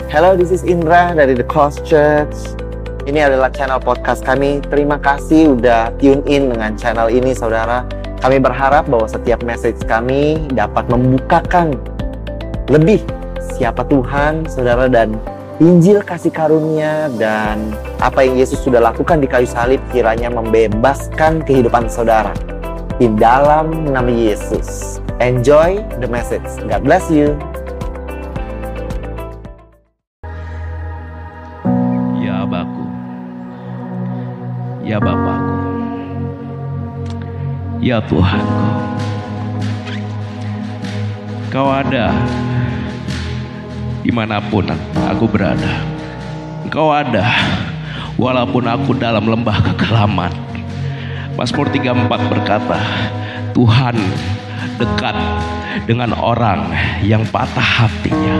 Hello, this is Indra dari The Cross Church. Ini adalah channel podcast kami. Terima kasih udah tune in dengan channel ini, saudara. Kami berharap bahwa setiap message kami dapat membukakan lebih siapa Tuhan, saudara, dan Injil kasih karunia dan apa yang Yesus sudah lakukan di kayu salib kiranya membebaskan kehidupan saudara. Di dalam nama Yesus. Enjoy the message. God bless you. Ya Abaku, ya Bapakku, ya Tuhanku, Kau ada dimanapun aku berada. Engkau ada walaupun aku dalam lembah kekelaman. Mazmur 34 berkata, Tuhan dekat dengan orang yang patah hatinya.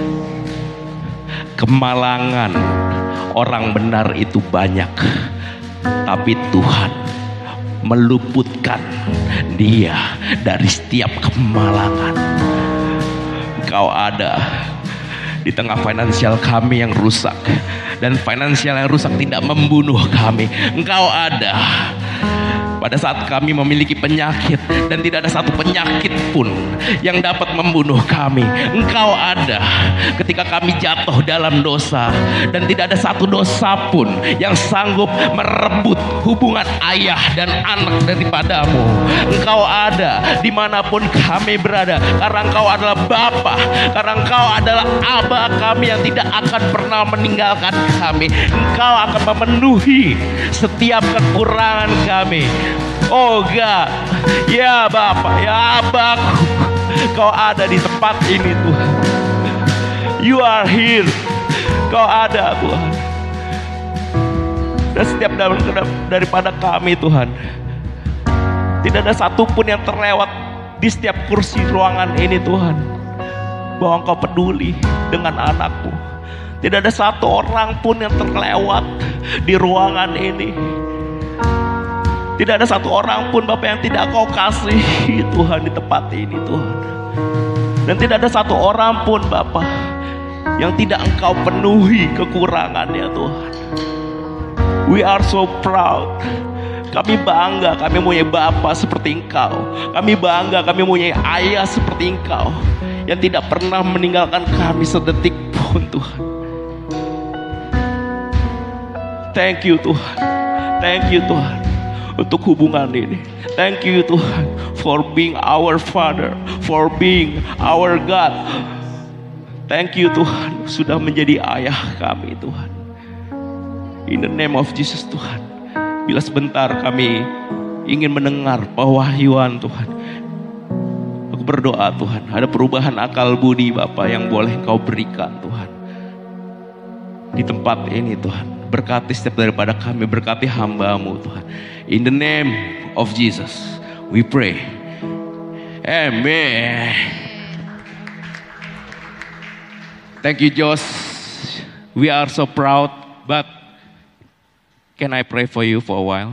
Kemalangan orang benar itu banyak, tapi Tuhan meluputkan dia dari setiap kemalangan. Engkau ada di tengah finansial kami yang rusak, dan finansial yang rusak tidak membunuh kami. Engkau ada pada saat kami memiliki penyakit dan tidak ada satu penyakit pun yang dapat membunuh kami. Engkau ada ketika kami jatuh dalam dosa dan tidak ada satu dosa pun yang sanggup merebut hubungan ayah dan anak daripadamu. Engkau ada dimanapun kami berada karena Engkau adalah Bapa, karena Engkau adalah Aba kami yang tidak akan pernah meninggalkan kami. Engkau akan memenuhi setiap kekurangan kami. Oh God, ya Bapa, ya Abaku, Kau ada di tempat ini Tuhan. You are here. Kau ada Tuhan. Dan setiap daripada kami Tuhan, tidak ada satupun yang terlewat di setiap kursi ruangan ini Tuhan, bahwa Engkau peduli dengan anakmu. Tidak ada satu orang pun yang terlewat di ruangan ini. Tidak ada satu orang pun Bapak yang tidak Kau kasih Tuhan di tempat ini Tuhan. Dan tidak ada satu orang pun Bapak yang tidak Engkau penuhi kekurangannya Tuhan. We are so proud. Kami bangga kami punya Bapa seperti Engkau. Kami bangga kami punya ayah seperti Engkau yang tidak pernah meninggalkan kami sedetik pun Tuhan. Thank you Tuhan. Thank you Tuhan untuk hubungan ini. Thank you Tuhan for being our Father, for being our God. Thank you Tuhan sudah menjadi ayah kami Tuhan. In the name of Jesus Tuhan. Bila sebentar kami ingin mendengar pewahyuan Tuhan, aku berdoa Tuhan, ada perubahan akal budi Bapa yang boleh Kau berikan Tuhan di tempat ini Tuhan. Berkati setiap daripada kami, berkati hamba-Mu Tuhan. In the name of Jesus we pray. Amen. Thank you Josh. We are so proud, but can I pray for you for a while?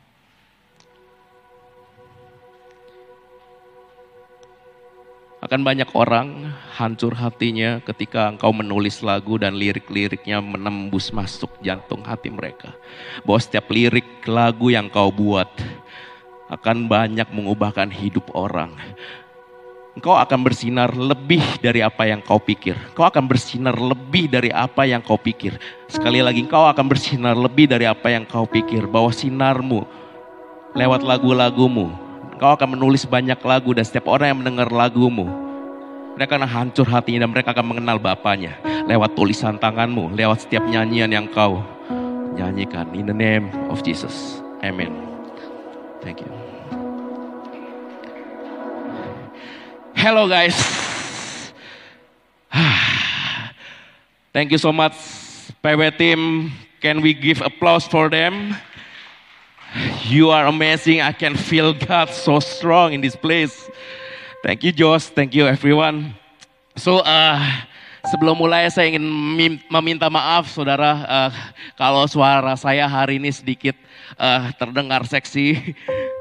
Akan banyak orang hancur hatinya ketika engkau menulis lagu dan lirik-liriknya menembus masuk jantung hati mereka. Bahwa setiap lirik lagu yang kau buat akan banyak mengubahkan hidup orang. Engkau akan bersinar lebih dari apa yang kau pikir. Kau akan bersinar lebih dari apa yang kau pikir. Sekali lagi, engkau akan bersinar lebih dari apa yang kau pikir. Bahwa sinarmu lewat lagu-lagumu, engkau akan menulis banyak lagu dan setiap orang yang mendengar lagumu, mereka akan hancur hatinya dan mereka akan mengenal Bapanya. Lewat tulisan tanganmu, lewat setiap nyanyian yang kau nyanyikan. In the name of Jesus. Amen. Thank you. Hello guys. Thank you so much PW team. Can we give applause for them? You are amazing. I can feel God so strong in this place. Thank you Josh. Thank you everyone. So sebelum mulai saya ingin meminta maaf saudara kalau suara saya hari ini sedikit terdengar seksi.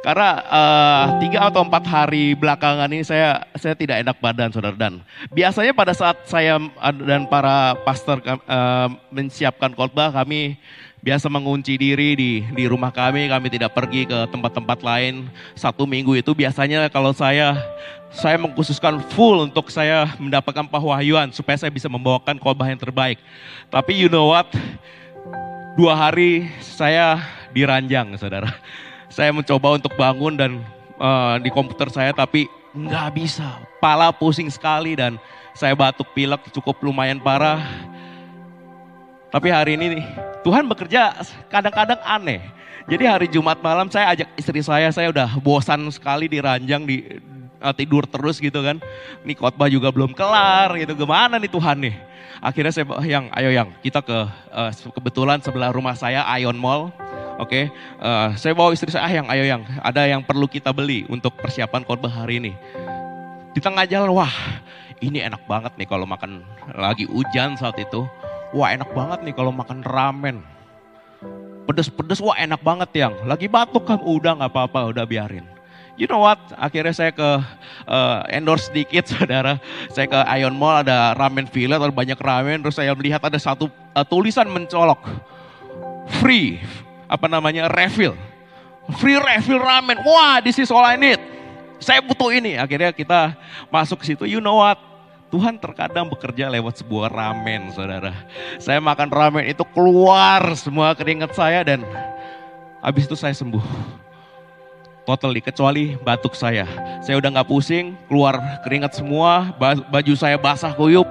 Karena 3 atau 4 hari belakangan ini saya tidak enak badan, saudara. Dan biasanya pada saat saya dan para pastor menyiapkan khotbah, kami biasa mengunci diri di rumah kami tidak pergi ke tempat-tempat lain. 1 minggu itu biasanya kalau saya mengkhususkan full untuk saya mendapatkan pewahyuan supaya saya bisa membawakan khotbah yang terbaik. Tapi you know what? 2 hari saya diranjang, saudara. Saya mencoba untuk bangun dan di komputer saya, tapi nggak bisa. Kepala pusing sekali dan saya batuk pilek cukup lumayan parah. Tapi hari ini Tuhan bekerja kadang-kadang aneh. Jadi hari Jumat malam saya ajak istri saya udah bosan sekali di ranjang, tidur terus gitu kan. Ini khotbah juga belum kelar gitu, gimana nih Tuhan nih. Akhirnya saya ayo kita kebetulan sebelah rumah saya Ion Mall. Oke, saya bawa istri saya, ayo ada yang perlu kita beli untuk persiapan khotbah hari ini. Di tengah jalan, wah ini enak banget nih kalau makan, lagi hujan saat itu. Wah enak banget nih kalau makan ramen. Pedes-pedes, wah enak banget yang. Lagi batuk kan, udah gak apa-apa, udah biarin. You know what, akhirnya saya ke endorse sedikit saudara. Saya ke Ion Mall, ada ramen fillet, ada banyak ramen. Terus saya melihat ada satu tulisan mencolok. Free, refill. Free refill ramen. Wah, this is all I need. Saya butuh ini. Akhirnya kita masuk ke situ. You know what? Tuhan terkadang bekerja lewat sebuah ramen, saudara. Saya makan ramen itu keluar semua keringat saya dan habis itu saya sembuh. Totally, kecuali batuk saya. Saya udah gak pusing, keluar keringat semua, baju saya basah kuyup.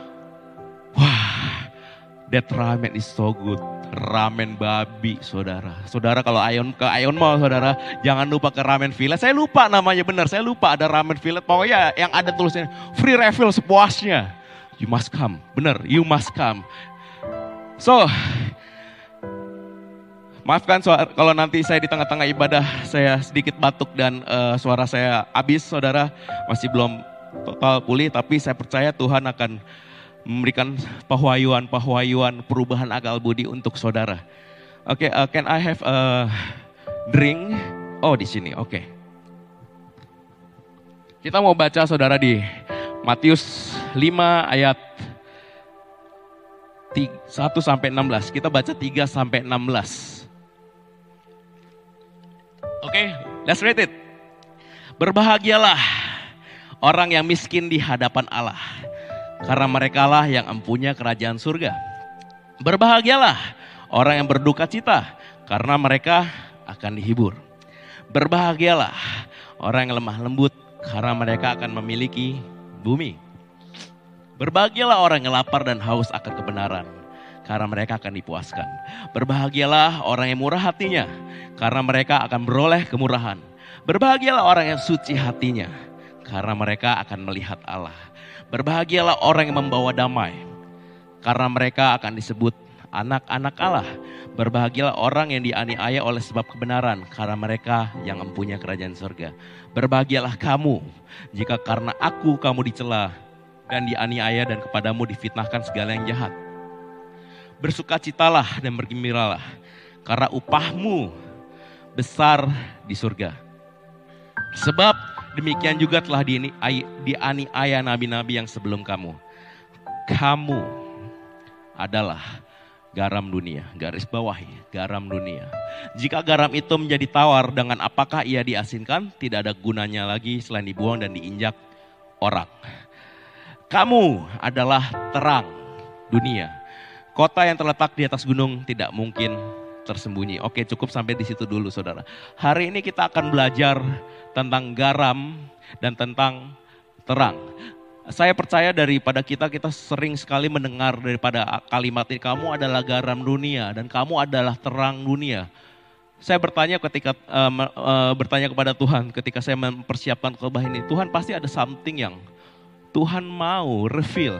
Wah, that ramen is so good. Ramen babi, saudara. Saudara kalau ke Ion Mall, saudara, jangan lupa ke ramen fillet. Saya lupa namanya benar, saya lupa ada ramen fillet. Pokoknya yang ada tulisannya free refill sepuasnya. You must come, benar, you must come. So, maafkan kalau nanti saya di tengah-tengah ibadah saya sedikit batuk dan suara saya habis, saudara. Masih belum total pulih, tapi saya percaya Tuhan akan memberikan pewahyuan perubahan akal budi untuk saudara. Oke, can I have a drink? Oh, di sini. Oke. Kita mau baca saudara di Matius 5 ayat 1 sampai 16. Kita baca 3 sampai 16. Oke, let's read it. Berbahagialah orang yang miskin di hadapan Allah, karena merekalah yang empunya kerajaan surga. Berbahagialah orang yang berduka cita, karena mereka akan dihibur. Berbahagialah orang yang lemah lembut, karena mereka akan memiliki bumi. Berbahagialah orang yang lapar dan haus akan kebenaran, karena mereka akan dipuaskan. Berbahagialah orang yang murah hatinya, karena mereka akan beroleh kemurahan. Berbahagialah orang yang suci hatinya, karena mereka akan melihat Allah. Berbahagialah orang yang membawa damai, karena mereka akan disebut anak-anak Allah. Berbahagialah orang yang dianiaya oleh sebab kebenaran, karena mereka yang mempunyai kerajaan surga. Berbahagialah kamu jika karena aku kamu dicela dan dianiaya dan kepadamu difitnahkan segala yang jahat. Bersukacitalah dan bergembiralah, karena upahmu besar di surga. Sebab demikian juga telah dianiaya nabi-nabi yang sebelum kamu. Kamu adalah garam dunia. Garis bawahi, garam dunia. Jika garam itu menjadi tawar, dengan apakah ia diasinkan? Tidak ada gunanya lagi selain dibuang dan diinjak orang. Kamu adalah terang dunia. Kota yang terletak di atas gunung tidak mungkin tersembunyi. Oke, cukup sampai di situ dulu saudara. Hari ini kita akan belajar tentang garam dan tentang terang. Saya percaya daripada kita sering sekali mendengar daripada kalimat ini, kamu adalah garam dunia dan kamu adalah terang dunia. Saya bertanya kepada Tuhan ketika saya mempersiapkan khotbah ini, Tuhan pasti ada something yang Tuhan mau reveal,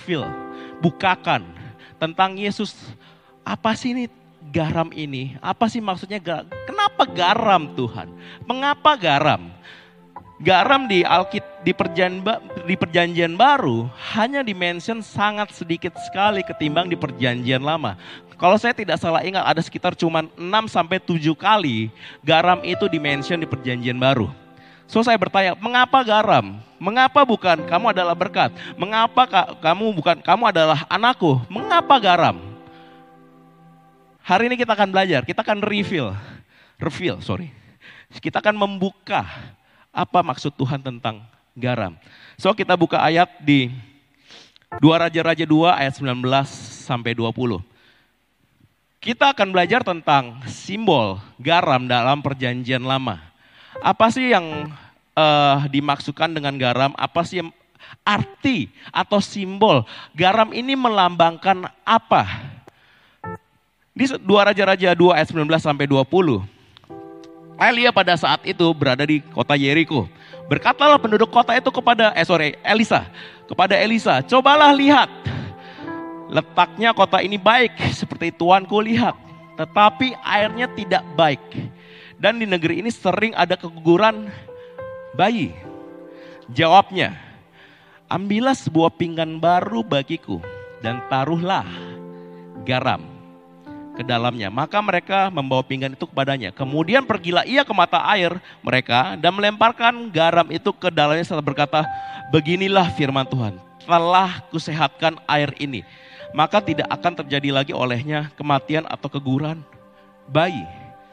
bukakan tentang Yesus. Apa sih ini garam ini? Apa sih maksudnya garam? Kenapa garam Tuhan? Mengapa garam? Garam di perjanjian baru hanya dimention sangat sedikit sekali ketimbang di perjanjian lama. Kalau saya tidak salah ingat ada sekitar cuma 6-7 kali garam itu dimention di perjanjian baru. So saya bertanya, mengapa garam? Mengapa bukan kamu adalah berkat? Mengapa kamu adalah anakku? Mengapa garam? Hari ini kita akan belajar, kita akan reveal. Kita akan membuka apa maksud Tuhan tentang garam. So kita buka ayat di 2 Raja-Raja 2 ayat 19-20. Kita akan belajar tentang simbol garam dalam perjanjian lama. Apa sih yang dimaksudkan dengan garam? Apa sih arti atau simbol? Garam ini melambangkan apa? Di 2 Raja-Raja 2 ayat 19-20. Elia pada saat itu berada di kota Yeriko. Berkatalah penduduk kota itu kepada Elisa, cobalah lihat. Letaknya kota ini baik seperti tuanku lihat. Tetapi airnya tidak baik. Dan di negeri ini sering ada keguguran bayi. Jawabnya, ambillah sebuah pinggan baru bagiku dan taruhlah garam ke dalamnya. Maka mereka membawa pinggan itu kepadanya. Kemudian pergilah ia ke mata air mereka dan melemparkan garam itu ke dalamnya serta berkata, beginilah firman Tuhan, telah kusehatkan air ini. Maka tidak akan terjadi lagi olehnya kematian atau keguguran bayi.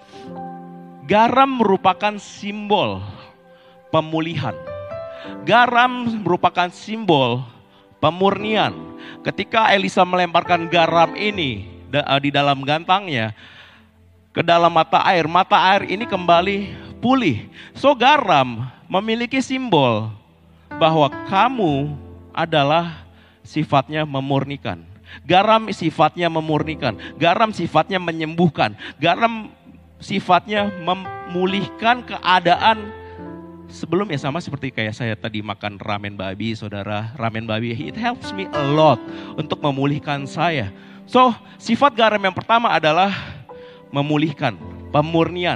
Garam merupakan simbol pemulihan. Garam merupakan simbol pemurnian. Ketika Elisa melemparkan garam ini di dalam gantangnya ke dalam mata air ini kembali pulih. So garam memiliki simbol bahwa kamu adalah sifatnya memurnikan. Garam sifatnya memurnikan, garam sifatnya menyembuhkan, garam sifatnya memulihkan keadaan sebelumnya. Sama seperti kayak saya tadi makan ramen babi, saudara. Ramen babi, it helps me a lot untuk memulihkan saya. So, sifat garam yang pertama adalah memulihkan, pemurnian.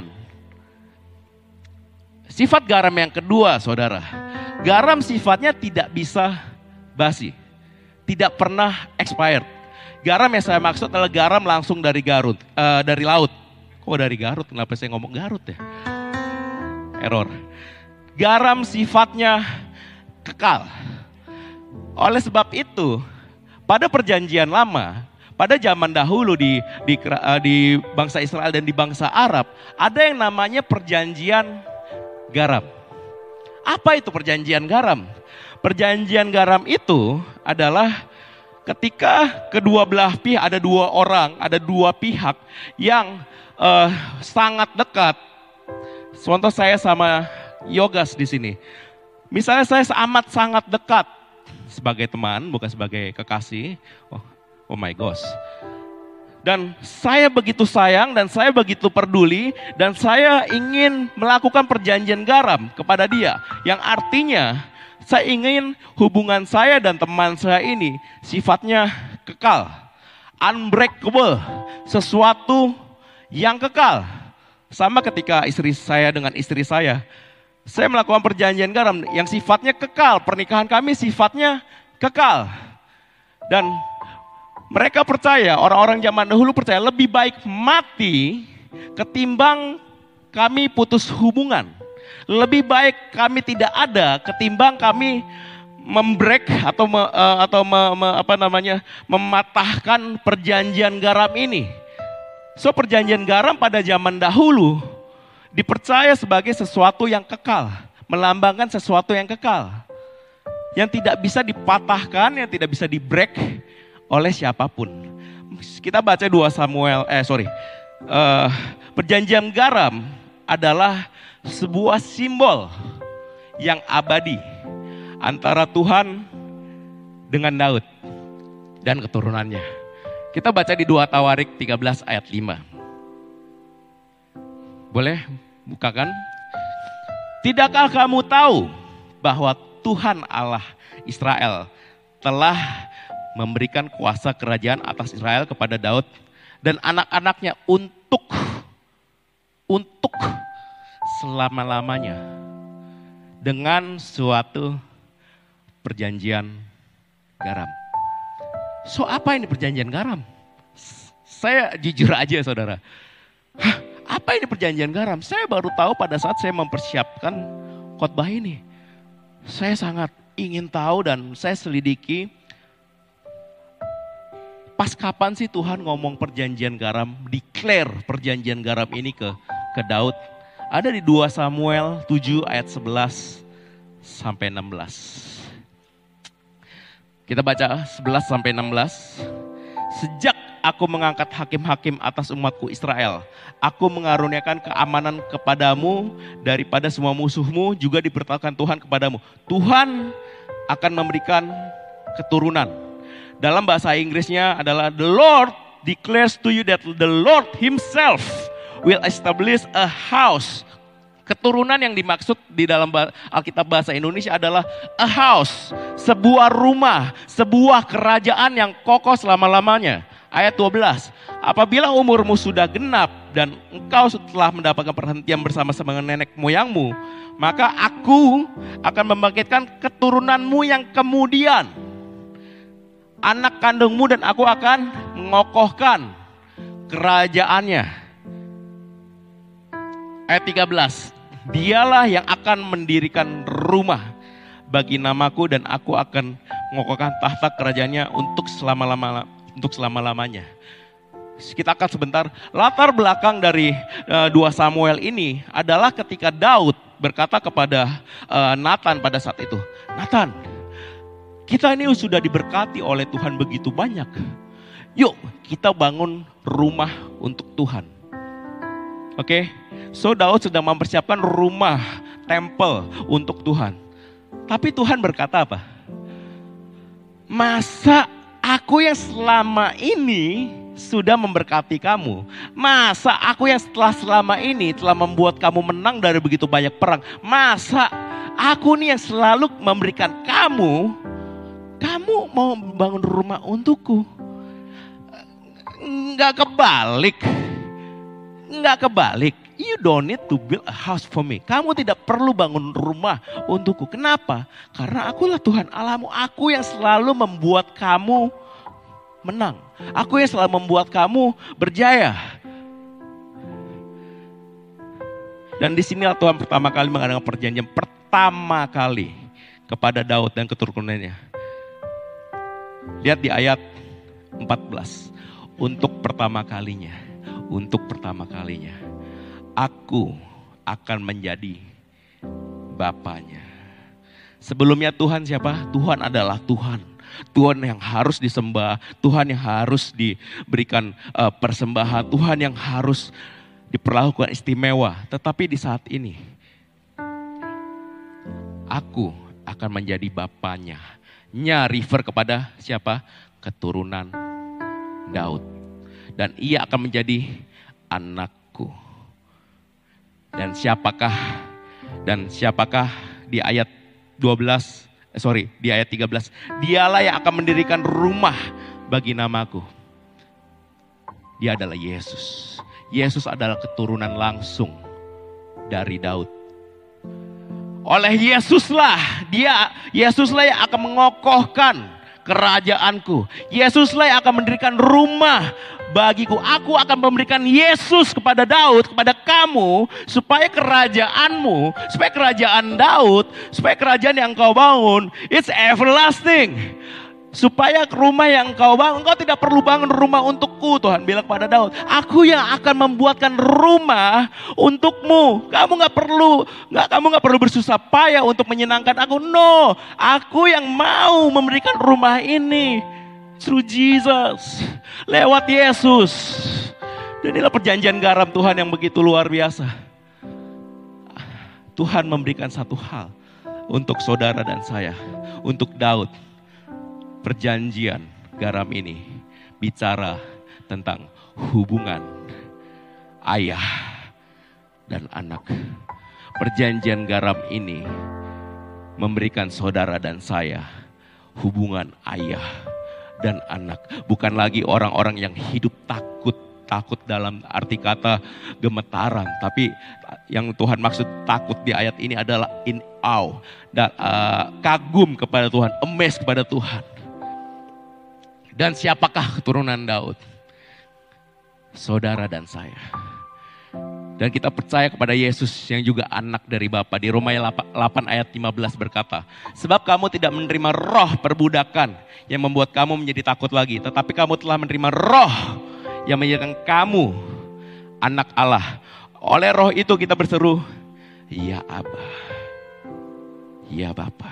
Sifat garam yang kedua, saudara. Garam sifatnya tidak bisa basi. Tidak pernah expired. Garam yang saya maksud adalah garam langsung dari laut. Kok dari Garut? Kenapa saya ngomong Garut ya? Error. Garam sifatnya kekal. Oleh sebab itu, pada perjanjian lama, pada zaman dahulu di bangsa Israel dan di bangsa Arab, ada yang namanya perjanjian garam. Apa itu perjanjian garam? Perjanjian garam itu adalah ketika kedua belah pihak, ada dua pihak yang sangat dekat. Contoh saya sama Yogas di sini. Misalnya saya amat sangat dekat sebagai teman, bukan sebagai kekasih. Oh my gosh. Dan saya begitu sayang dan saya begitu peduli dan saya ingin melakukan perjanjian garam kepada dia. Yang artinya saya ingin hubungan saya dan teman saya ini sifatnya kekal. Unbreakable. Sesuatu yang kekal. Sama ketika istri saya dengan istri saya melakukan perjanjian garam yang sifatnya kekal. Pernikahan kami sifatnya kekal. Dan mereka percaya, orang-orang zaman dahulu percaya lebih baik mati ketimbang kami putus hubungan. Lebih baik kami tidak ada ketimbang kami membreak atau mematahkan perjanjian garam ini. So perjanjian garam pada zaman dahulu dipercaya sebagai sesuatu yang kekal, melambangkan sesuatu yang kekal. Yang tidak bisa dipatahkan, yang tidak bisa di-break oleh siapapun. Kita baca perjanjian garam adalah sebuah simbol yang abadi antara Tuhan dengan Daud dan keturunannya. Kita baca di 2 Tawarik 13 ayat 5. Boleh bukakan? Tidakkah kamu tahu bahwa Tuhan Allah Israel telah memberikan kuasa kerajaan atas Israel kepada Daud dan anak-anaknya untuk selama-lamanya. dengan suatu perjanjian garam. So apa ini perjanjian garam? Saya jujur aja saudara. Apa ini perjanjian garam? Saya baru tahu pada saat saya mempersiapkan khotbah ini. Saya sangat ingin tahu dan saya selidiki. Pas kapan sih Tuhan ngomong perjanjian garam, declare perjanjian garam ini ke Daud? Ada di 2 Samuel 7 ayat 11 sampai 16. Kita baca 11 sampai 16. Sejak aku mengangkat hakim-hakim atas umatku Israel, aku mengaruniakan keamanan kepadamu daripada semua musuhmu, juga diberitahukan Tuhan kepadamu. Tuhan akan memberikan keturunan. Dalam bahasa Inggrisnya adalah the Lord declares to you that the Lord himself will establish a house. Keturunan yang dimaksud di dalam Alkitab bahasa Indonesia adalah a house, sebuah rumah, sebuah kerajaan yang kokoh selama-lamanya. Ayat 12, apabila umurmu sudah genap dan engkau telah mendapatkan perhentian bersama-sama dengan nenek moyangmu, maka aku akan membangkitkan keturunanmu yang kemudian. Anak kandungmu dan aku akan mengokohkan kerajaannya. Ayat 13, dialah yang akan mendirikan rumah bagi namaku dan aku akan mengokohkan tahta kerajaannya untuk selama-lamanya. Kita akan sebentar, latar belakang dari 2 Samuel ini adalah ketika Daud berkata kepada Nathan pada saat itu, Nathan, kita ini sudah diberkati oleh Tuhan begitu banyak. Yuk kita bangun rumah untuk Tuhan. Oke, so Daud sedang mempersiapkan rumah tempel untuk Tuhan. Tapi Tuhan berkata apa? Masa aku yang selama ini sudah memberkati kamu, masa aku yang selama ini telah membuat kamu menang dari begitu banyak perang, masa aku nih yang selalu memberikan kamu mau membangun rumah untukku? Enggak kebalik. You don't need to build a house for me. Kamu tidak perlu bangun rumah untukku. Kenapa? Karena akulah Tuhan Allahmu. Aku yang selalu membuat kamu menang. Aku yang selalu membuat kamu berjaya. Dan disinilah Tuhan pertama kali mengadakan perjanjian pertama kali kepada Daud dan keturunannya. Lihat di ayat 14. Untuk pertama kalinya. Aku akan menjadi bapaknya. Sebelumnya Tuhan siapa? Tuhan adalah Tuhan. Tuhan yang harus disembah. Tuhan yang harus diberikan persembahan. Tuhan yang harus diperlakukan istimewa. Tetapi di saat ini, aku akan menjadi bapaknya. Refer kepada siapa? Keturunan Daud. Dan ia akan menjadi anakku. Dan siapakah di ayat 13, dialah yang akan mendirikan rumah bagi namaku. Dia adalah Yesus. Yesus adalah keturunan langsung dari Daud. Oleh Yesuslah yang akan mengokohkan kerajaanku. Yesuslah yang akan mendirikan rumah bagiku. Aku akan memberikan Yesus kepada Daud, kepada kamu, supaya kerajaanmu, supaya kerajaan Daud, supaya kerajaan yang kau bangun, it's everlasting. Supaya rumah yang kau bangun, engkau tidak perlu bangun rumah untukku. Tuhan bilang kepada Daud, aku yang akan membuatkan rumah untukmu. Kamu nggak perlu bersusah payah untuk menyenangkan aku. No, aku yang mau memberikan rumah ini through Jesus, lewat Yesus. Dan inilah perjanjian garam Tuhan yang begitu luar biasa. Tuhan memberikan satu hal untuk saudara dan saya, untuk Daud. Perjanjian garam ini bicara tentang hubungan ayah dan anak. Perjanjian garam ini memberikan saudara dan saya hubungan ayah dan anak. Bukan lagi orang-orang yang hidup takut takut dalam arti kata gemetaran. Tapi yang Tuhan maksud takut di ayat ini adalah in awe. Dan, kagum kepada Tuhan, amazed kepada Tuhan. Dan siapakah keturunan Daud? Saudara dan saya. Dan kita percaya kepada Yesus yang juga anak dari Bapa. Di Roma 8 ayat 15 berkata, sebab kamu tidak menerima roh perbudakan yang membuat kamu menjadi takut lagi. Tetapi kamu telah menerima roh yang menjadikan kamu anak Allah. Oleh roh itu kita berseru, ya Aba, ya Bapa.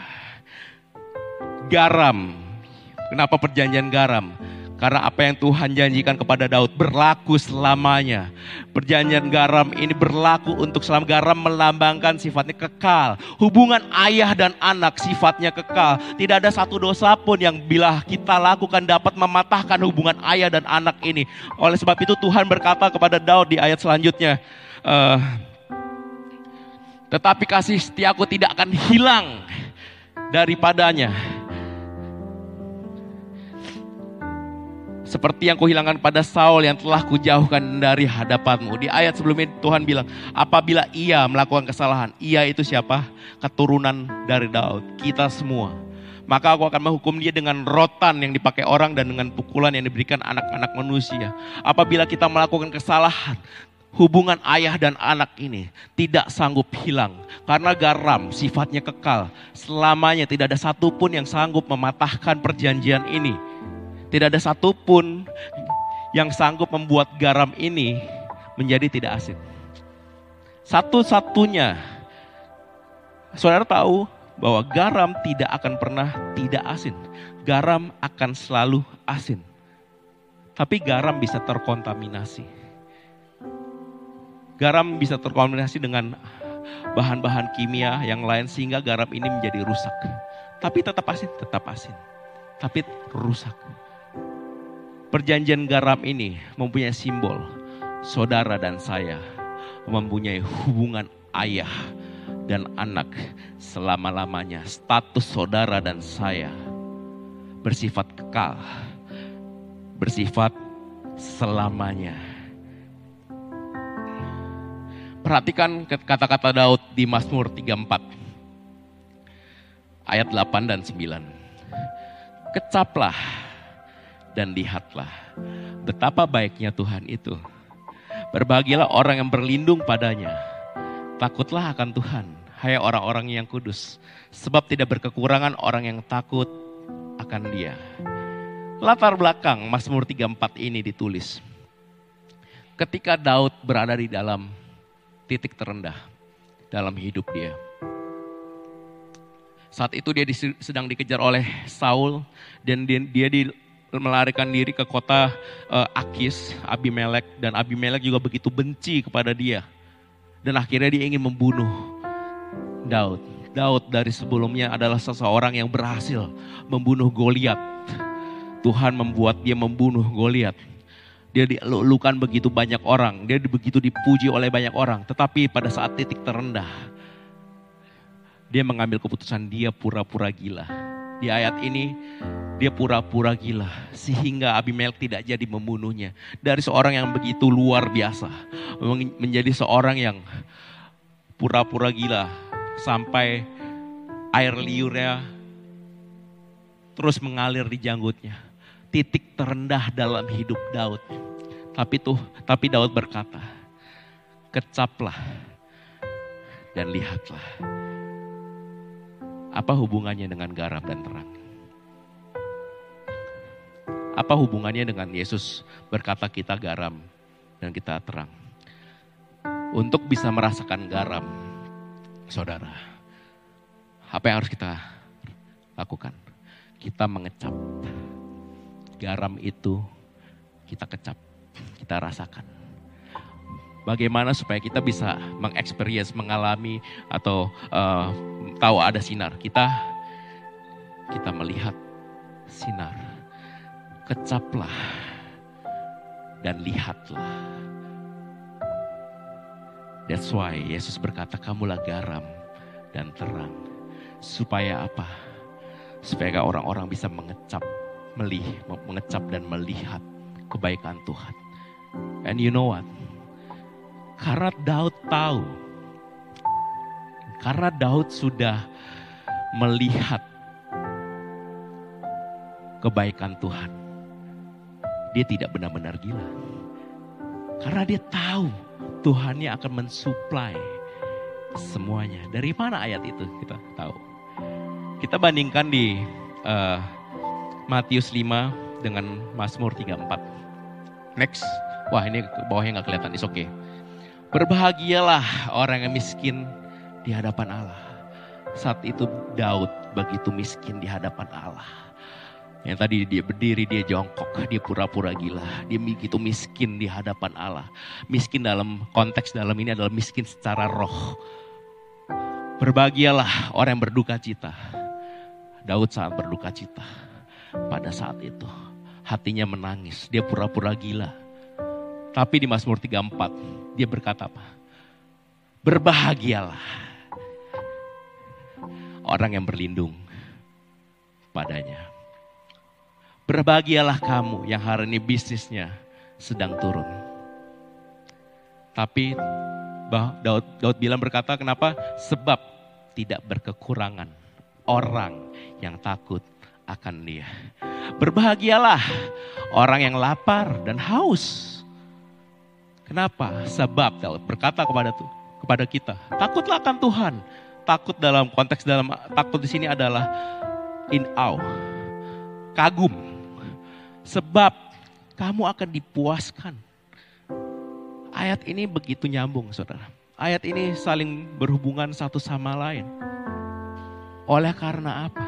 Garam. Kenapa perjanjian garam? Karena apa yang Tuhan janjikan kepada Daud berlaku selamanya. Perjanjian garam ini berlaku untuk selama. Garam melambangkan sifatnya kekal. Hubungan ayah dan anak sifatnya kekal. Tidak ada satu dosa pun yang bila kita lakukan dapat mematahkan hubungan ayah dan anak ini. Oleh sebab itu Tuhan berkata kepada Daud di ayat selanjutnya. Tetapi kasih setiaku tidak akan hilang daripadanya. Seperti yang kuhilangkan pada Saul yang telah kujauhkan dari hadapanmu. Di ayat sebelumnya Tuhan bilang, apabila ia melakukan kesalahan, ia itu siapa? Keturunan dari Daud, kita semua. Maka aku akan menghukum dia dengan rotan yang dipakai orang dan dengan pukulan yang diberikan anak-anak manusia. Apabila kita melakukan kesalahan, hubungan ayah dan anak ini tidak sanggup hilang. Karena garam sifatnya kekal. Selamanya tidak ada satupun yang sanggup mematahkan perjanjian ini. Tidak ada satupun yang sanggup membuat garam ini menjadi tidak asin. Satu-satunya, saudara tahu bahwa garam tidak akan pernah tidak asin. Garam akan selalu asin. Tapi garam bisa terkontaminasi. Garam bisa terkontaminasi dengan bahan-bahan kimia yang lain sehingga garam ini menjadi rusak. Tapi tetap asin. Tapi rusak. Perjanjian garam ini mempunyai simbol saudara dan saya mempunyai hubungan ayah dan anak selama-lamanya. Status saudara dan saya bersifat kekal, bersifat selamanya. Perhatikan kata-kata Daud di Mazmur 34 ayat 8 dan 9. Kecaplah dan lihatlah betapa baiknya Tuhan itu. Berbahagialah orang yang berlindung padanya. Takutlah akan Tuhan, hai orang-orang yang kudus. Sebab tidak berkekurangan orang yang takut akan Dia. Latar belakang Mazmur 34 ini ditulis ketika Daud berada di dalam titik terendah dalam hidup dia. Saat itu dia sedang dikejar oleh Saul dan dia melarikan diri ke kota Akis, Abimelek, dan Abimelek juga begitu benci kepada dia. Dan akhirnya dia ingin membunuh Daud. Daud dari sebelumnya adalah seseorang yang berhasil membunuh Goliat. Tuhan membuat dia membunuh Goliat. Dia dilulukan begitu banyak orang, dia begitu dipuji oleh banyak orang. Tetapi pada saat titik terendah, dia mengambil keputusan dia pura-pura gila. Di ayat ini, dia pura-pura gila sehingga Abimelek tidak jadi membunuhnya. Dari seorang yang begitu luar biasa menjadi seorang yang pura-pura gila sampai air liurnya terus mengalir di janggutnya. Titik terendah dalam hidup Daud. Tapi Daud berkata, kecaplah dan lihatlah. Apa hubungannya dengan garam dan terang? Apa hubungannya dengan Yesus berkata kita garam dan kita terang? Untuk bisa merasakan garam, saudara, apa yang harus kita lakukan? Kita mengecap. Garam itu kita kecap, kita rasakan. Bagaimana supaya kita bisa mengexperience, mengalami atau tahu ada sinar. Kita melihat sinar. Kecaplah dan lihatlah. That's why Yesus berkata kamulah garam dan terang. Supaya apa? Supaya orang-orang bisa mengecap dan melihat kebaikan Tuhan. And you know what? Karena Daud tahu, karena Daud sudah melihat kebaikan Tuhan, dia tidak benar-benar gila. Karena dia tahu Tuhannya akan mensuplai semuanya. Dari mana ayat itu kita tahu? Kita bandingkan di Matius 5 dengan Mazmur 34. Next. Wah, ini bawahnya gak kelihatan, it's okay. Berbahagialah orang yang miskin di hadapan Allah. Saat itu Daud begitu miskin di hadapan Allah. Yang tadi dia berdiri, dia jongkok, dia pura-pura gila. Dia begitu miskin di hadapan Allah. Miskin dalam konteks dalam ini adalah miskin secara roh. Berbahagialah orang yang berduka cita. Daud sangat berduka cita pada saat itu. Hatinya menangis, dia pura-pura gila. Tapi di Mazmur 34, dia berkata apa? Berbahagialah orang yang berlindung padanya. Berbahagialah kamu yang hari ini bisnisnya sedang turun. Tapi Daud bilang berkata kenapa? Sebab tidak berkekurangan orang yang takut akan dia. Berbahagialah orang yang lapar dan haus. Kenapa? Sebab Daud berkata kepada kita, takutlah akan Tuhan. Takut dalam konteks takut di sini adalah in awe, kagum. Sebab kamu akan dipuaskan. Ayat ini begitu nyambung, saudara. Ayat ini saling berhubungan satu sama lain. Oleh karena apa?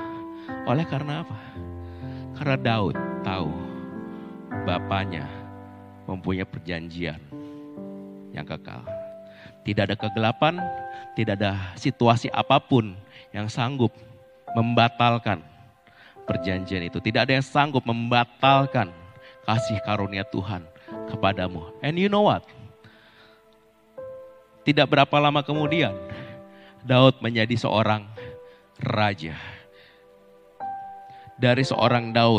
Karena Daud tahu bapaknya mempunyai perjanjian yang kekal. Tidak ada kegelapan, tidak ada situasi apapun yang sanggup membatalkan perjanjian itu. Tidak ada yang sanggup membatalkan kasih karunia Tuhan kepadamu. And you know what? Tidak berapa lama kemudian, Daud menjadi seorang raja. Dari seorang Daud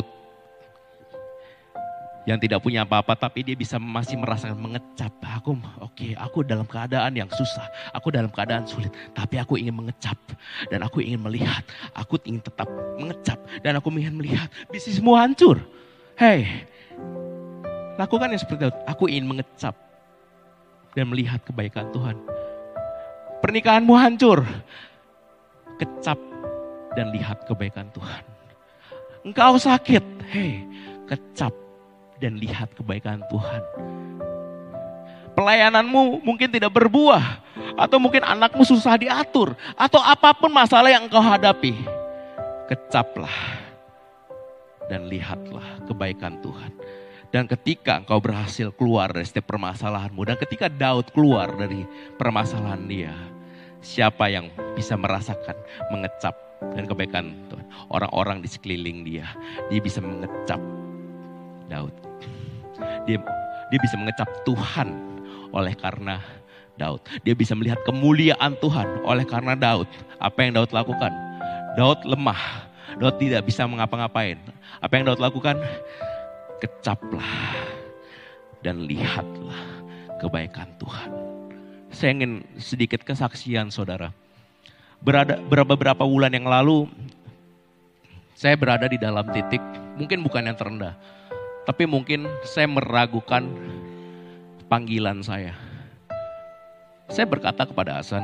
yang tidak punya apa-apa, tapi dia bisa masih merasakan mengecap. Aku dalam keadaan yang susah, aku dalam keadaan sulit, tapi aku ingin mengecap dan aku ingin melihat, aku ingin tetap mengecap dan aku ingin melihat bisnismu hancur. Hey, lakukan yang seperti itu. Aku ingin mengecap dan melihat kebaikan Tuhan. Pernikahanmu hancur, kecap dan lihat kebaikan Tuhan. Engkau sakit, hey, kecap dan lihat kebaikan Tuhan. Pelayananmu mungkin tidak berbuah, atau mungkin anakmu susah diatur, atau apapun masalah yang engkau hadapi. Kecaplah dan lihatlah kebaikan Tuhan. Dan ketika engkau berhasil keluar dari setiap permasalahanmu, dan ketika Daud keluar dari permasalahan dia, siapa yang bisa merasakan mengecap dan kebaikan Tuhan? Orang-orang di sekeliling dia bisa mengecap Daud. Dia bisa mengecap Tuhan oleh karena Daud. Dia bisa melihat kemuliaan Tuhan oleh karena Daud. Apa yang Daud lakukan? Daud lemah. Daud tidak bisa mengapa-ngapain. Apa yang Daud lakukan? Kecaplah dan lihatlah kebaikan Tuhan. Saya ingin sedikit kesaksian, saudara. Beberapa bulan yang lalu, saya berada di dalam titik, mungkin bukan yang terendah, tapi mungkin saya meragukan panggilan saya. Saya berkata kepada Hasan,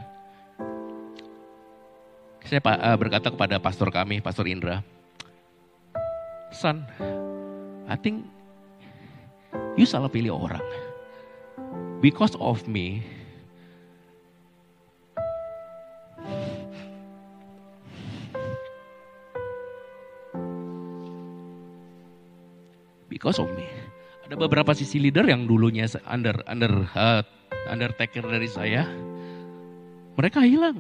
saya berkata kepada pastor kami, Pastor Indra, San, I think you salah pilih orang. Because of me, ada beberapa sisi leader yang dulunya undertaker dari saya, mereka hilang.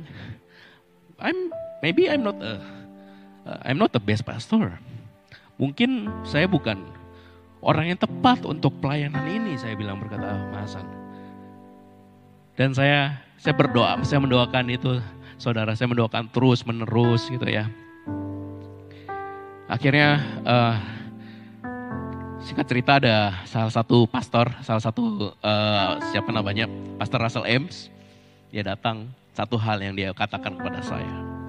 Maybe I'm not the best pastor. Mungkin saya bukan orang yang tepat untuk pelayanan ini, saya bilang, berkata Mas Hasan. Dan saya berdoa, saya mendoakan itu, saudara, saya mendoakan terus menerus gitu ya. Akhirnya Singkat cerita ada salah satu pastor, Pastor Russell Ames. Dia datang, satu hal yang dia katakan kepada saya.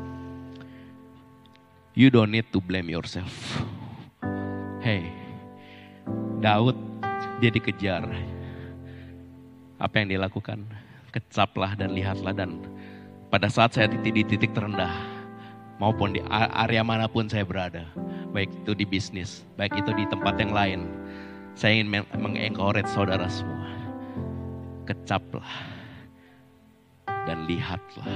You don't need to blame yourself. Hey, Daud dia dikejar. Apa yang dia lakukan? Kecaplah dan lihatlah, dan pada saat saya di titik terendah, maupun di area manapun saya berada, baik itu di bisnis, baik itu di tempat yang lain, saya ingin mengencourage saudara semua. Kecaplah dan lihatlah.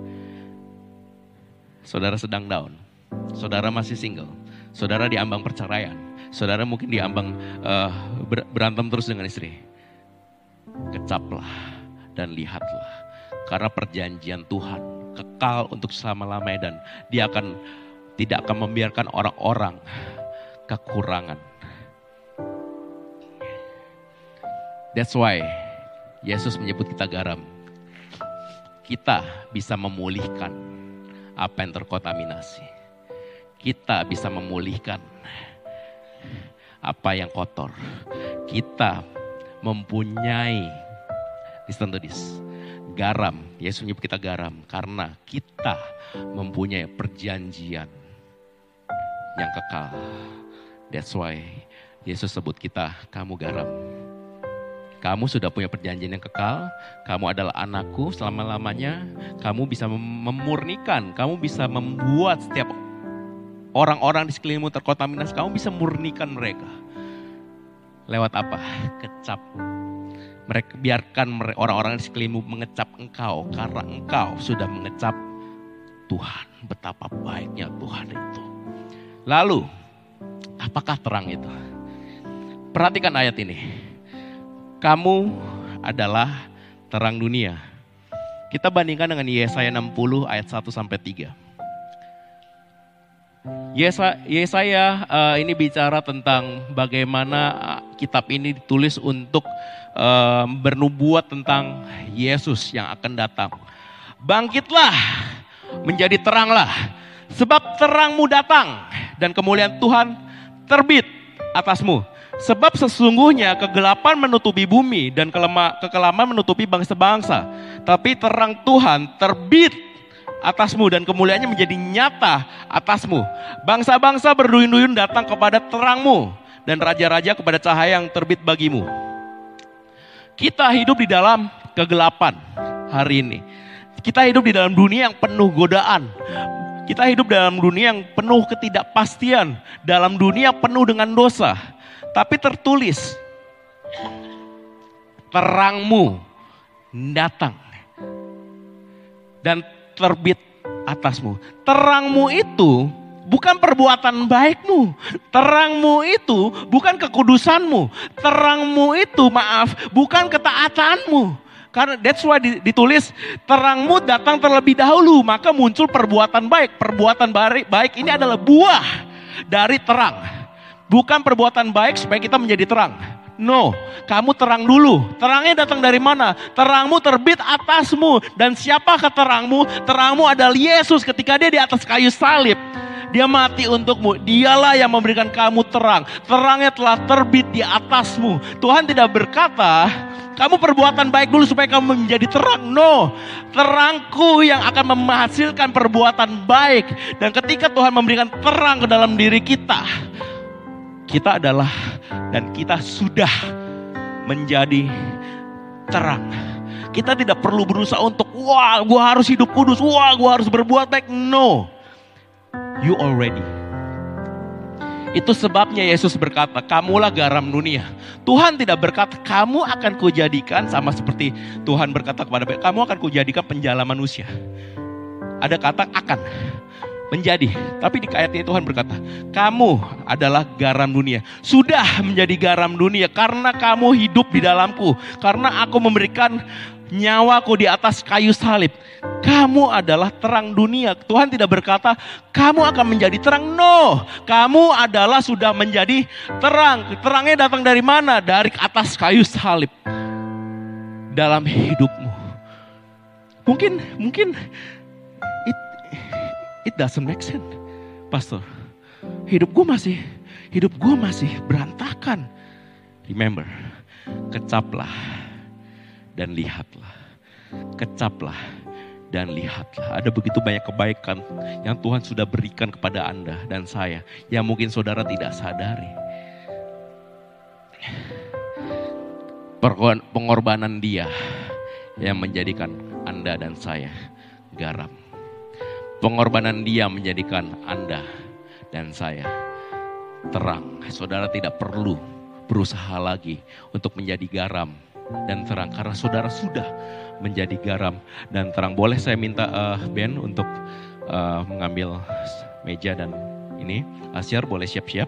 Saudara sedang down, saudara masih single, saudara di ambang perceraian, saudara mungkin di ambang berantem terus dengan istri. Kecaplah dan lihatlah, karena perjanjian Tuhan kekal untuk selama-lamanya, dan dia tidak akan membiarkan orang-orang kekurangan. That's why Yesus menyebut kita garam. Kita bisa memulihkan apa yang terkontaminasi. Kita bisa memulihkan apa yang kotor. Kita mempunyai, listen to this, garam. Yesus menyebut kita garam karena kita mempunyai perjanjian yang kekal. That's why Yesus sebut kita, kamu garam. Kamu sudah punya perjanjian yang kekal. Kamu adalah anakku selama-lamanya. Kamu bisa memurnikan. Kamu bisa membuat setiap orang-orang di sekelilingmu terkontaminasi. Kamu bisa murnikan mereka. Lewat apa? Kecap. Mereka biarkan orang-orang di sekelilingmu mengecap engkau, karena engkau sudah mengecap Tuhan. Betapa baiknya Tuhan itu. Lalu, apakah terang itu? Perhatikan ayat ini. Kamu adalah terang dunia. Kita bandingkan dengan Yesaya 60 ayat 1-3. Yesaya ini bicara tentang bagaimana kitab ini ditulis untuk bernubuat tentang Yesus yang akan datang. Bangkitlah, menjadi teranglah, sebab terangmu datang dan kemuliaan Tuhan terbit atasmu. Sebab sesungguhnya kegelapan menutupi bumi dan kekelaman menutupi bangsa-bangsa. Tapi terang Tuhan terbit atasmu dan kemuliaannya menjadi nyata atasmu. Bangsa-bangsa berduyun-duyun datang kepada terangmu dan raja-raja kepada cahaya yang terbit bagimu. Kita hidup di dalam kegelapan hari ini. Kita hidup di dalam dunia yang penuh godaan. Kita hidup dalam dunia yang penuh ketidakpastian. Dalam dunia yang penuh dengan dosa. Tapi tertulis, terangmu datang dan terbit atasmu. Terangmu itu bukan perbuatan baikmu. Terangmu itu bukan kekudusanmu. Terangmu itu, bukan ketaatanmu. Karena that's why ditulis, terangmu datang terlebih dahulu, maka muncul perbuatan baik. Perbuatan baik ini adalah buah dari terang. Bukan perbuatan baik supaya kita menjadi terang. No, kamu terang dulu. Terangnya datang dari mana? Terangmu terbit atasmu. Dan siapakah terangmu? Terangmu adalah Yesus ketika dia di atas kayu salib. Dia mati untukmu. Dialah yang memberikan kamu terang. Terangnya telah terbit di atasmu. Tuhan tidak berkata, kamu perbuatan baik dulu supaya kamu menjadi terang. No, terangku yang akan menghasilkan perbuatan baik. Dan ketika Tuhan memberikan terang ke dalam diri kita, kita adalah dan kita sudah menjadi terang. Kita tidak perlu berusaha untuk, wah gue harus hidup kudus, wah gue harus berbuat baik. No, you already. Itu sebabnya Yesus berkata, kamulah garam dunia. Tuhan tidak berkata, kamu akan kujadikan sama seperti Tuhan berkata kepada kamu akan kujadikan penjala manusia. Ada kata akan. Menjadi, tapi di ayat ini Tuhan berkata, kamu adalah garam dunia. Sudah menjadi garam dunia karena kamu hidup di dalamku. Karena aku memberikan nyawaku di atas kayu salib. Kamu adalah terang dunia. Tuhan tidak berkata, kamu akan menjadi terang. No, kamu adalah sudah menjadi terang. Terangnya datang dari mana? Dari atas kayu salib. Dalam hidupmu. Mungkin it doesn't make sense, Pastor. Hidup gue masih berantakan. katakan. Remember, kecaplah dan lihatlah. Kecaplah dan lihatlah. Ada begitu banyak kebaikan yang Tuhan sudah berikan kepada Anda dan saya, yang mungkin saudara tidak sadari. Pengorbanan Dia yang menjadikan Anda dan saya garam. Pengorbanan Dia menjadikan Anda dan saya terang. Saudara tidak perlu berusaha lagi untuk menjadi garam dan terang, karena saudara sudah menjadi garam dan terang. Boleh saya minta Ben untuk mengambil meja dan ini. Asyar boleh siap-siap.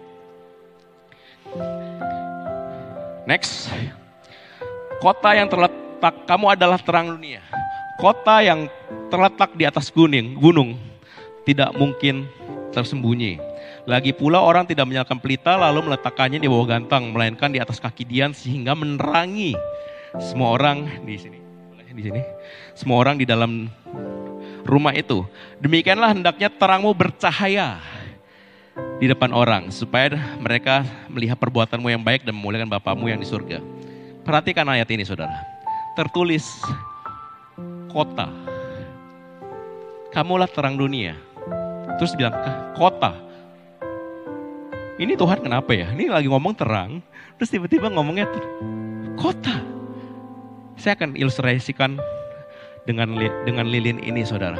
Next. Kota yang terletak, kamu adalah terang dunia. Kota yang terletak di atas gunung tidak mungkin tersembunyi. Lagi pula orang tidak menyalakan pelita lalu meletakkannya di bawah gantang, melainkan di atas kaki dian sehingga menerangi semua orang di sini. Di sini, semua orang di dalam rumah itu. Demikianlah hendaknya terangmu bercahaya di depan orang, supaya mereka melihat perbuatanmu yang baik dan memuliakan Bapamu yang di surga. Perhatikan ayat ini saudara. Tertulis kota. Kamulah terang dunia. Terus bilang kota. Ini Tuhan kenapa ya? Ini lagi ngomong terang, terus tiba-tiba ngomongnya kota. Saya akan ilustrasikan dengan lilin ini saudara.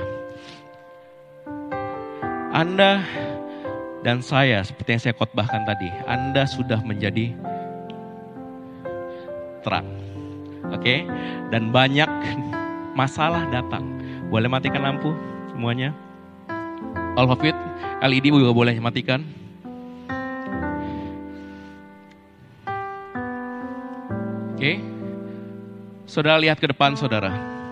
Anda dan saya, seperti yang saya khotbahkan tadi, Anda sudah menjadi terang. Oke? Dan banyak masalah datang. Boleh matikan lampu semuanya? All of it, LED juga boleh matikan. Oke? Saudara lihat ke depan saudara.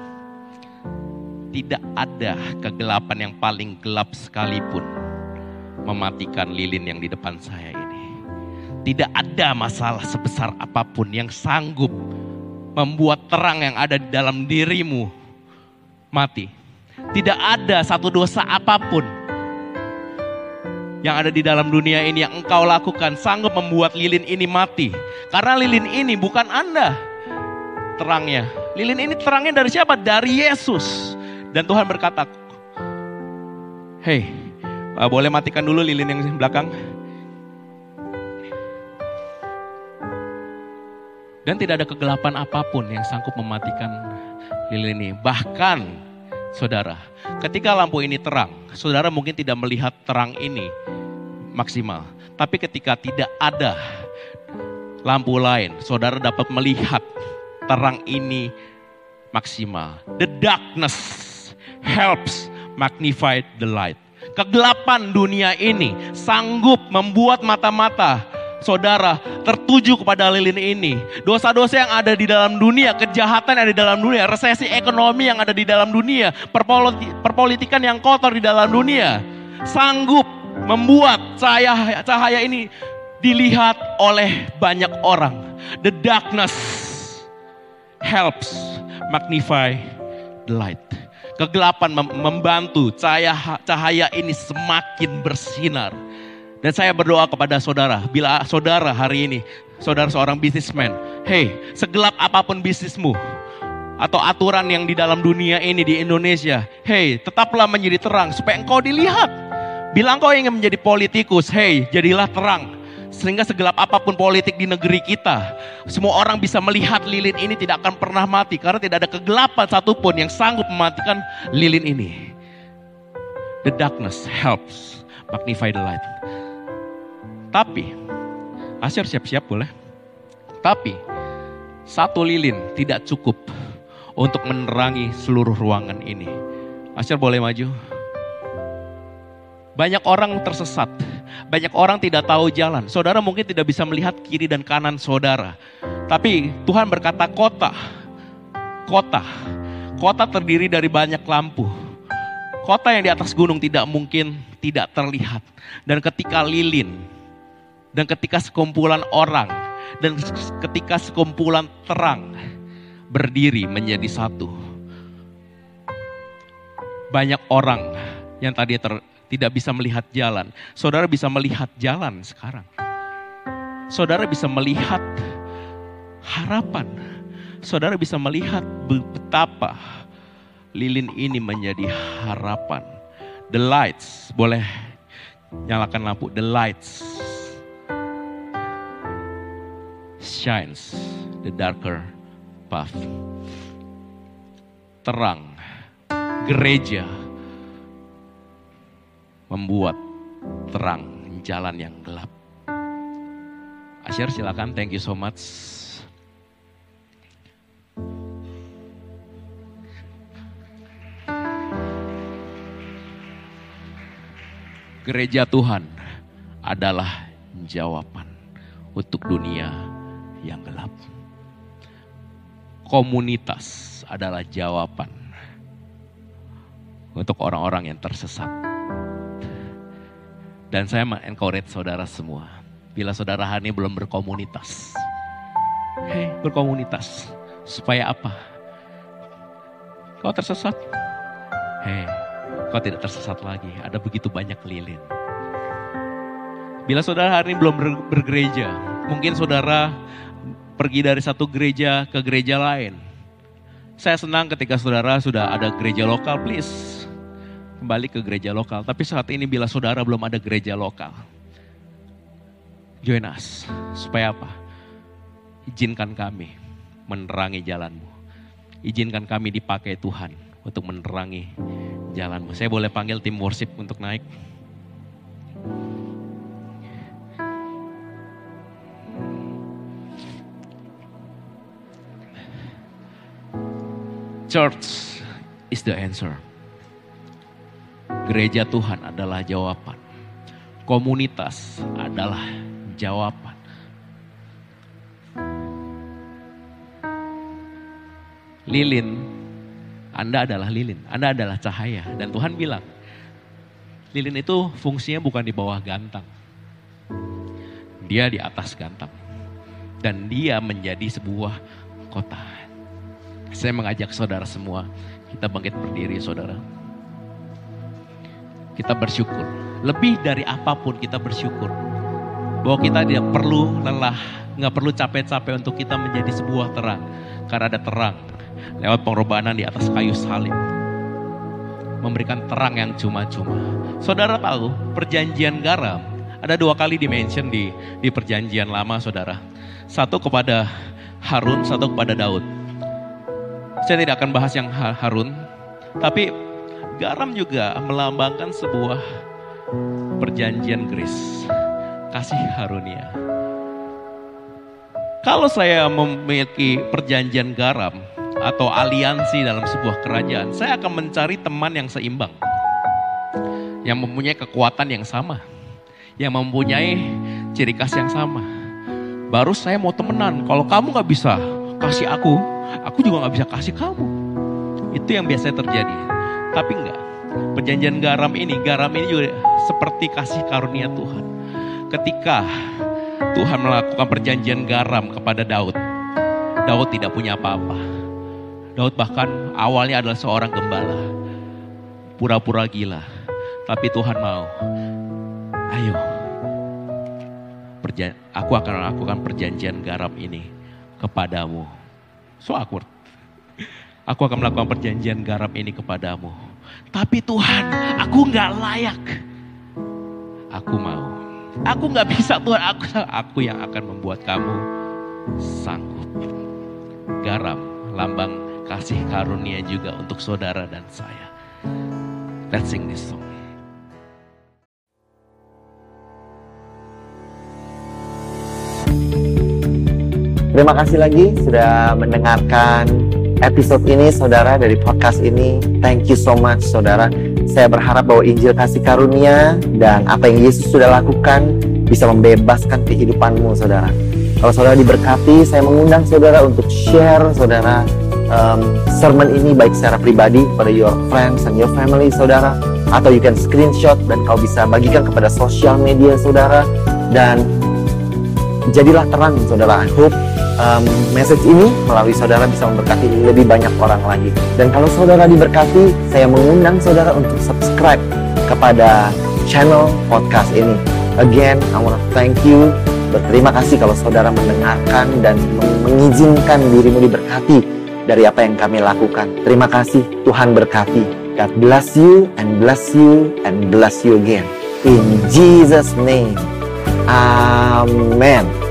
Tidak ada kegelapan yang paling gelap sekalipun mematikan lilin yang di depan saya ini. Tidak ada masalah sebesar apapun yang sanggup membuat terang yang ada di dalam dirimu mati. Tidak ada satu dosa apapun yang ada di dalam dunia ini yang engkau lakukan sanggup membuat lilin ini mati. Karena lilin ini bukan Anda terangnya. Lilin ini terangnya dari siapa? Dari Yesus. Dan Tuhan berkata, hey, boleh matikan dulu lilin yang di belakang. Dan tidak ada kegelapan apapun yang sanggup mematikan lilin ini. Bahkan, saudara, ketika lampu ini terang, saudara mungkin tidak melihat terang ini maksimal. Tapi ketika tidak ada lampu lain, saudara dapat melihat terang ini maksimal. The darkness helps magnify the light. Kegelapan dunia ini sanggup membuat mata-mata saudara tertuju kepada lilin ini. Dosa-dosa yang ada di dalam dunia, kejahatan yang ada di dalam dunia, resesi ekonomi yang ada di dalam dunia, perpolitikan yang kotor di dalam dunia, sanggup membuat cahaya ini dilihat oleh banyak orang. The darkness helps magnify the light. Kegelapan membantu cahaya ini semakin bersinar. Dan saya berdoa kepada saudara, bila saudara hari ini, saudara seorang bisnismen, hey, segelap apapun bisnismu, atau aturan yang di dalam dunia ini di Indonesia, hey, tetaplah menjadi terang supaya engkau dilihat. Bila engkau ingin menjadi politikus, hey, jadilah terang. Sehingga segelap apapun politik di negeri kita, semua orang bisa melihat lilin ini tidak akan pernah mati. Karena tidak ada kegelapan satupun yang sanggup mematikan lilin ini. The darkness helps magnify the light. Tapi, Asyar siap-siap boleh. Tapi, satu lilin tidak cukup untuk menerangi seluruh ruangan ini. Asyar boleh maju. Banyak orang tersesat. Banyak orang tidak tahu jalan. Saudara mungkin tidak bisa melihat kiri dan kanan saudara. Tapi Tuhan berkata kota. Kota terdiri dari banyak lampu. Kota yang di atas gunung tidak mungkin tidak terlihat. Dan ketika lilin, dan ketika sekumpulan orang, dan ketika sekumpulan terang berdiri menjadi satu. Banyak orang yang tadi tidak bisa melihat jalan. Saudara bisa melihat jalan sekarang. saudara bisa melihat harapan. Saudara bisa melihat betapa lilin ini menjadi harapan. The lights, boleh nyalakan lampu. The lights shines the darker path. Terang gereja membuat terang jalan yang gelap. Asyar silakan, thank you so much. Gereja Tuhan adalah jawaban untuk dunia yang gelap. Komunitas adalah jawaban untuk orang-orang yang tersesat. Dan saya encourage saudara semua, bila saudara hari ini belum berkomunitas, berkomunitas. Supaya apa? Kau tersesat? Kau tidak tersesat lagi. Ada begitu banyak lilin. Bila saudara hari ini belum bergereja, mungkin saudara pergi dari satu gereja ke gereja lain. Saya senang ketika saudara sudah ada gereja lokal, please kembali ke gereja lokal. Tapi saat ini bila saudara belum ada gereja lokal, join us. Supaya apa? Izinkan kami menerangi jalanmu. Izinkan kami dipakai Tuhan untuk menerangi jalanmu. Saya boleh panggil tim worship untuk naik. Church is the answer. Gereja Tuhan adalah jawaban. Komunitas adalah jawaban. Lilin, Anda adalah lilin, Anda adalah cahaya. Dan Tuhan bilang, lilin itu fungsinya bukan di bawah gantang. Dia di atas gantang. Dan dia menjadi sebuah kota. Saya mengajak saudara semua, kita bangkit berdiri saudara. Kita bersyukur, lebih dari apapun kita bersyukur. Bahwa kita tidak perlu lelah, gak perlu capek-capek untuk kita menjadi sebuah terang. Karena ada terang lewat pengorbanan di atas kayu salib. Memberikan terang yang cuma-cuma. Saudara tahu perjanjian garam ada 2 kali dimention di perjanjian lama saudara. Satu kepada Harun, satu kepada Daud. Saya tidak akan bahas yang Harun, tapi garam juga melambangkan sebuah perjanjian grace, kasih karunia. Kalau saya memiliki perjanjian garam atau aliansi dalam sebuah kerajaan, saya akan mencari teman yang seimbang, yang mempunyai kekuatan yang sama, yang mempunyai ciri khas yang sama. Baru saya mau temenan. Kalau kamu gak bisa kasih aku juga gak bisa kasih kamu. Itu yang biasanya terjadi. Tapi enggak. Perjanjian garam ini juga seperti kasih karunia Tuhan. Ketika Tuhan melakukan perjanjian garam kepada Daud, Daud tidak punya apa-apa. Daud bahkan awalnya adalah seorang gembala, pura-pura gila. Tapi Tuhan mau, ayo, aku akan melakukan perjanjian garam ini kepadamu. So awkward. Aku akan melakukan perjanjian garam ini kepadamu. Tapi Tuhan, aku gak layak. Aku mau. Aku gak bisa Tuhan, aku yang akan membuat kamu sanggup. Garam, lambang kasih karunia juga untuk saudara dan saya. Let's sing this song. Terima kasih lagi sudah mendengarkan episode ini saudara dari podcast ini. Thank you so much saudara. Saya berharap bahwa Injil kasih karunia dan apa yang Yesus sudah lakukan bisa membebaskan kehidupanmu saudara. Kalau saudara diberkati, saya mengundang saudara untuk share saudara sermon ini baik secara pribadi kepada your friends and your family saudara. Atau you can screenshot dan kau bisa bagikan kepada sosial media saudara. Dan jadilah terang saudara. I hope message ini melalui saudara bisa memberkati lebih banyak orang lagi. Dan kalau saudara diberkati, saya mengundang saudara untuk subscribe kepada channel podcast ini. Again, I want to thank you Berterima kasih kalau saudara mendengarkan dan mengizinkan dirimu diberkati dari apa yang kami lakukan. Terima kasih, Tuhan berkati. God bless you and bless you and bless you again. In Jesus' name. Amen.